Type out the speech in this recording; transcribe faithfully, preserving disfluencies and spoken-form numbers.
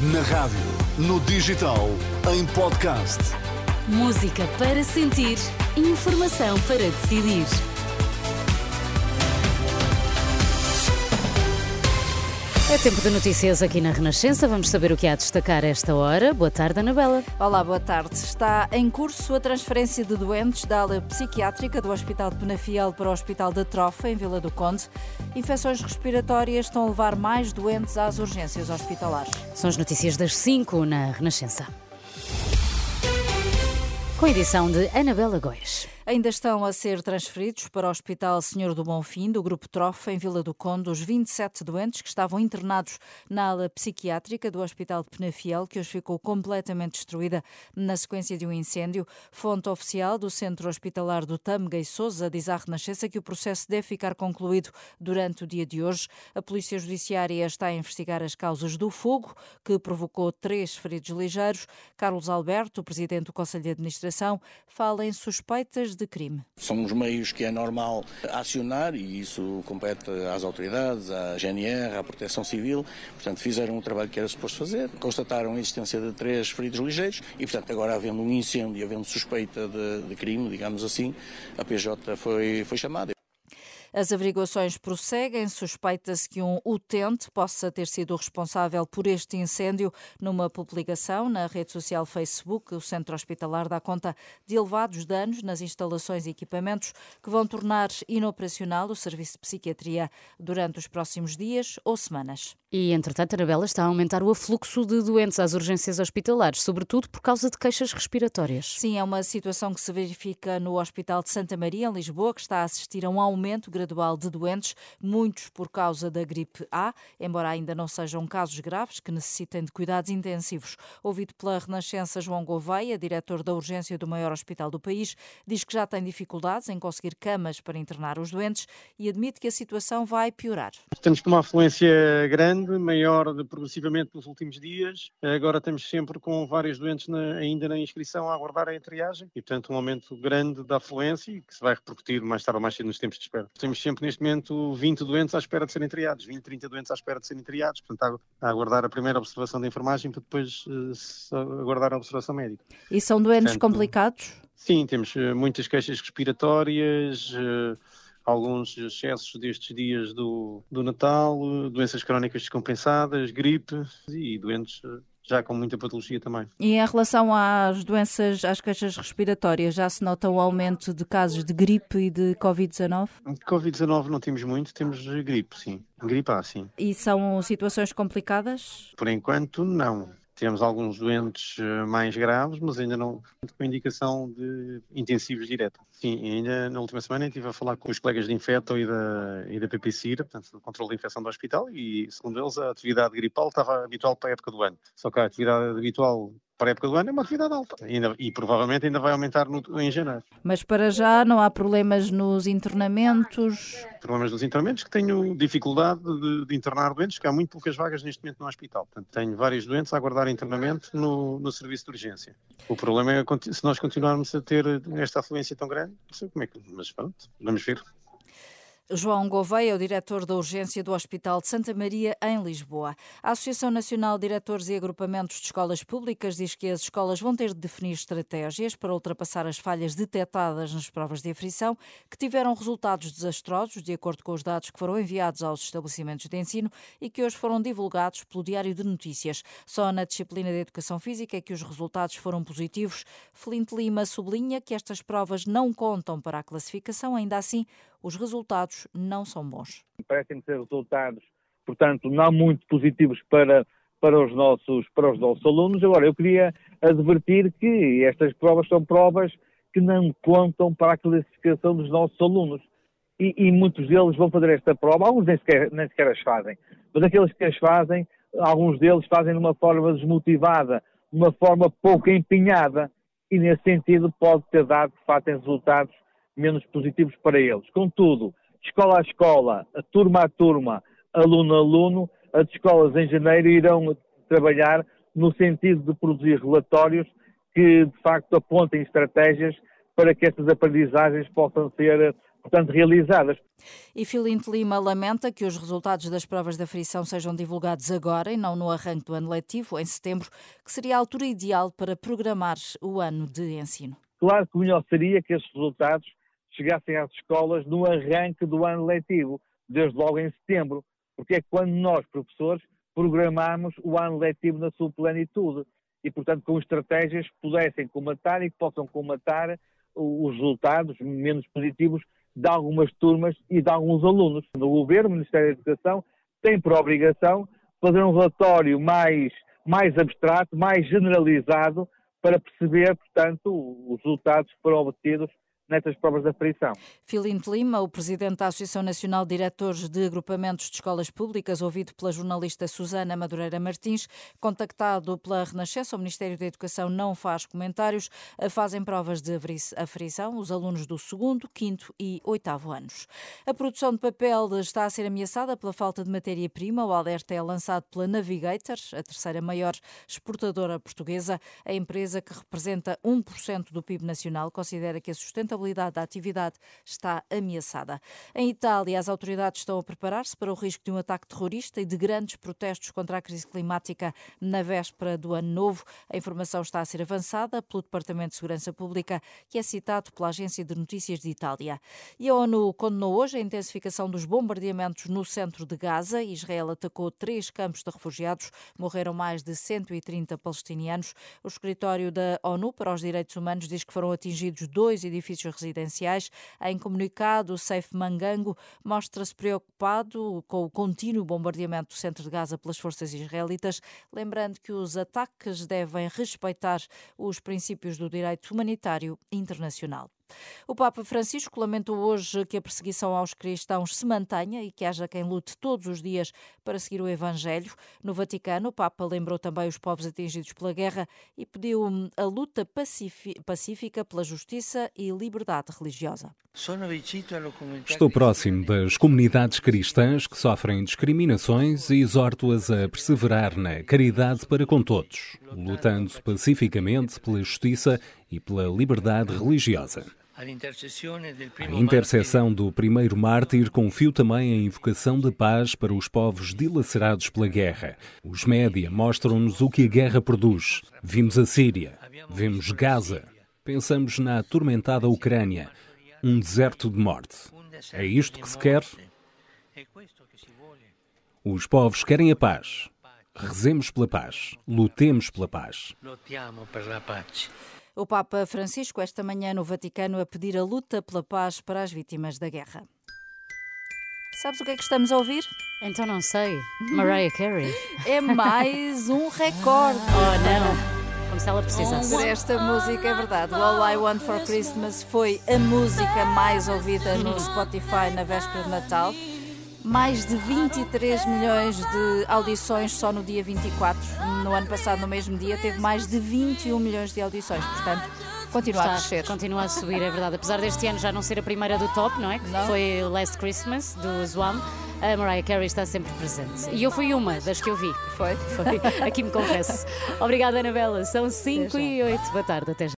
Na rádio, no digital, em podcast. Música para sentir, informação para decidir. É tempo de notícias aqui na Renascença. Vamos saber o que há a destacar a esta hora. Boa tarde, Anabela. Olá, boa tarde. Está em curso a transferência de doentes da ala psiquiátrica do Hospital de Penafiel para o Hospital da Trofa, em Vila do Conde. Infecções respiratórias estão a levar mais doentes às urgências hospitalares. São as notícias das cinco na Renascença. Com a edição de Anabela Góes. Ainda estão a ser transferidos para o Hospital Senhor do Bonfim, do Grupo Trofa, em Vila do Conde, os vinte e sete doentes que estavam internados na ala psiquiátrica do Hospital de Penafiel, que hoje ficou completamente destruída na sequência de um incêndio. Fonte oficial do Centro Hospitalar do Tâmega e Sousa diz à Renascença que o processo deve ficar concluído durante o dia de hoje. A Polícia Judiciária está a investigar as causas do fogo, que provocou três feridos ligeiros. Carlos Alberto, o presidente do Conselho de Administração, fala em suspeitas de crime. São os meios que é normal acionar e isso compete às autoridades, à G N R, à Proteção Civil. Portanto, fizeram o trabalho que era suposto fazer, constataram a existência de três feridos ligeiros e, portanto, agora havendo um incêndio e havendo suspeita de, de crime, digamos assim, a P J foi, foi chamada. As averiguações prosseguem. Suspeita-se que um utente possa ter sido responsável por este incêndio. Numa publicação na rede social Facebook, o Centro Hospitalar dá conta de elevados danos nas instalações e equipamentos que vão tornar inoperacional o serviço de psiquiatria durante os próximos dias ou semanas. E, entretanto, Anabela, está a aumentar o afluxo de doentes às urgências hospitalares, sobretudo por causa de queixas respiratórias. Sim, é uma situação que se verifica no Hospital de Santa Maria, em Lisboa, que está a assistir a um aumento gradual de doentes, muitos por causa da gripe A, embora ainda não sejam casos graves que necessitem de cuidados intensivos. Ouvido pela Renascença, João Gouveia, diretor da urgência do maior hospital do país, diz que já tem dificuldades em conseguir camas para internar os doentes e admite que a situação vai piorar. Estamos com uma afluência grande, maior de, progressivamente nos últimos dias. Agora estamos sempre com vários doentes na, ainda na inscrição a aguardar a triagem e, portanto, um aumento grande da afluência e que se vai repercutir mais tarde ou mais cedo nos tempos de espera. Temos sempre neste momento vinte doentes à espera de serem triados, vinte, trinta doentes à espera de serem triados, portanto, a aguardar a primeira observação da enfermagem para depois uh, aguardar a observação médica. E são doentes portanto, complicados? Sim, temos uh, muitas queixas respiratórias, uh, alguns excessos destes dias do, do Natal, doenças crónicas descompensadas, gripe e doentes já com muita patologia também. E em relação às doenças, às queixas respiratórias, já se nota um aumento de casos de gripe e de covid dezanove? covid dezanove não temos muito, temos gripe, sim. Gripe A, sim. E são situações complicadas? Por enquanto, não. Temos alguns doentes mais graves, mas ainda não com indicação de intensivos direto. Sim, ainda na última semana estive a falar com os colegas de Infeto e da, e da P P C I R A, portanto, do controle de infecção do hospital, e segundo eles a atividade gripal estava habitual para a época do ano. Só que a atividade habitual para a época do ano é uma atividade alta e, ainda, e provavelmente ainda vai aumentar no, em janeiro. Mas para já não há problemas nos internamentos? Problemas nos internamentos que tenho dificuldade de, de internar doentes, que há muito poucas vagas neste momento no hospital. Portanto, tenho vários doentes a aguardar internamento no, no serviço de urgência. O problema é se nós continuarmos a ter esta afluência tão grande, não sei como é que, mas pronto, vamos ver. João Gouveia é o diretor da urgência do Hospital de Santa Maria, em Lisboa. A Associação Nacional de Diretores e Agrupamentos de Escolas Públicas diz que as escolas vão ter de definir estratégias para ultrapassar as falhas detectadas nas provas de aferição, que tiveram resultados desastrosos, de acordo com os dados que foram enviados aos estabelecimentos de ensino e que hoje foram divulgados pelo Diário de Notícias. Só na disciplina de Educação Física é que os resultados foram positivos. Flinte Lima sublinha que estas provas não contam para a classificação, ainda assim, os resultados não são bons. Parecem ser resultados, portanto, não muito positivos para, para, os nossos, para os nossos alunos. Agora, eu queria advertir que estas provas são provas que não contam para a classificação dos nossos alunos. E, e muitos deles vão fazer esta prova, alguns nem sequer, nem sequer as fazem, mas aqueles que as fazem, alguns deles fazem de uma forma desmotivada, de uma forma pouco empenhada, e nesse sentido pode ter dado, de facto, resultados menos positivos para eles. Contudo, escola a escola, a turma a turma, aluno a aluno, as escolas em janeiro irão trabalhar no sentido de produzir relatórios que, de facto, apontem estratégias para que estas aprendizagens possam ser, portanto, realizadas. E Filinto Lima lamenta que os resultados das provas de aferição sejam divulgados agora e não no arranque do ano letivo, em setembro, que seria a altura ideal para programar o ano de ensino. Claro que o melhor seria que esses resultados chegassem às escolas no arranque do ano letivo, desde logo em setembro, porque é quando nós, professores, programamos o ano letivo na sua plenitude e, portanto, com estratégias que pudessem comatar e que possam comatar os resultados menos positivos de algumas turmas e de alguns alunos. O Governo, o Ministério da Educação, tem por obrigação fazer um relatório mais, mais abstrato, mais generalizado, para perceber, portanto, os resultados que foram obtidos nestas provas de aferição. Filinto Lima, o presidente da Associação Nacional de Diretores de Agrupamentos de Escolas Públicas, ouvido pela jornalista Susana Madureira Martins, contactado pela Renascença, o Ministério da Educação não faz comentários, fazem provas de aferição os alunos do segundo, quinto e oitavo anos. A produção de papel está a ser ameaçada pela falta de matéria-prima. O alerta é lançado pela Navigator, a terceira maior exportadora portuguesa. A empresa, que representa um por cento do P I B nacional, considera que a sustentabilidade da atividade está ameaçada. Em Itália, as autoridades estão a preparar-se para o risco de um ataque terrorista e de grandes protestos contra a crise climática na véspera do Ano Novo. A informação está a ser avançada pelo Departamento de Segurança Pública, que é citado pela Agência de Notícias de Itália. E a ONU condenou hoje a intensificação dos bombardeamentos no centro de Gaza. Israel atacou três campos de refugiados. Morreram mais de cento e trinta palestinianos. O escritório da ONU para os Direitos Humanos diz que foram atingidos dois edifícios residenciais. Em comunicado, Saif Mangango mostra-se preocupado com o contínuo bombardeamento do centro de Gaza pelas forças israelitas, lembrando que os ataques devem respeitar os princípios do direito humanitário internacional. O Papa Francisco lamentou hoje que a perseguição aos cristãos se mantenha e que haja quem lute todos os dias para seguir o Evangelho. No Vaticano, o Papa lembrou também os povos atingidos pela guerra e pediu a luta pacífica pela justiça e liberdade religiosa. Estou próximo das comunidades cristãs que sofrem discriminações e exorto-as a perseverar na caridade para com todos, lutando pacificamente pela justiça e pela liberdade religiosa. A intercessão do primeiro mártir confio também a invocação de paz para os povos dilacerados pela guerra. Os média mostram-nos o que a guerra produz. Vimos a Síria, vemos Gaza, pensamos na atormentada Ucrânia, um deserto de morte. É isto que se quer? Os povos querem a paz. Rezemos pela paz, lutemos pela paz. O Papa Francisco, esta manhã no Vaticano, a pedir a luta pela paz para as vítimas da guerra. Sabes o que é que estamos a ouvir? Então não sei. Mariah Carey. É mais um recorde. Oh, não. Como se ela precisasse. Esta música, é verdade. All I Want for Christmas foi a música mais ouvida no Spotify na véspera de Natal. Mais de vinte e três milhões de audições só no dia vinte e quatro. No ano passado, no mesmo dia, teve mais de vinte e um milhões de audições. Portanto, continua Está, a crescer. Continua a subir, é verdade. Apesar deste ano já não ser a primeira do top, não é? Que não. Foi Last Christmas, do Zwam. A Mariah Carey está sempre presente. E eu fui uma das que eu vi. Foi? Foi. Aqui me confesso. Obrigada, Anabela. São cinco e oito. Boa tarde. Até já.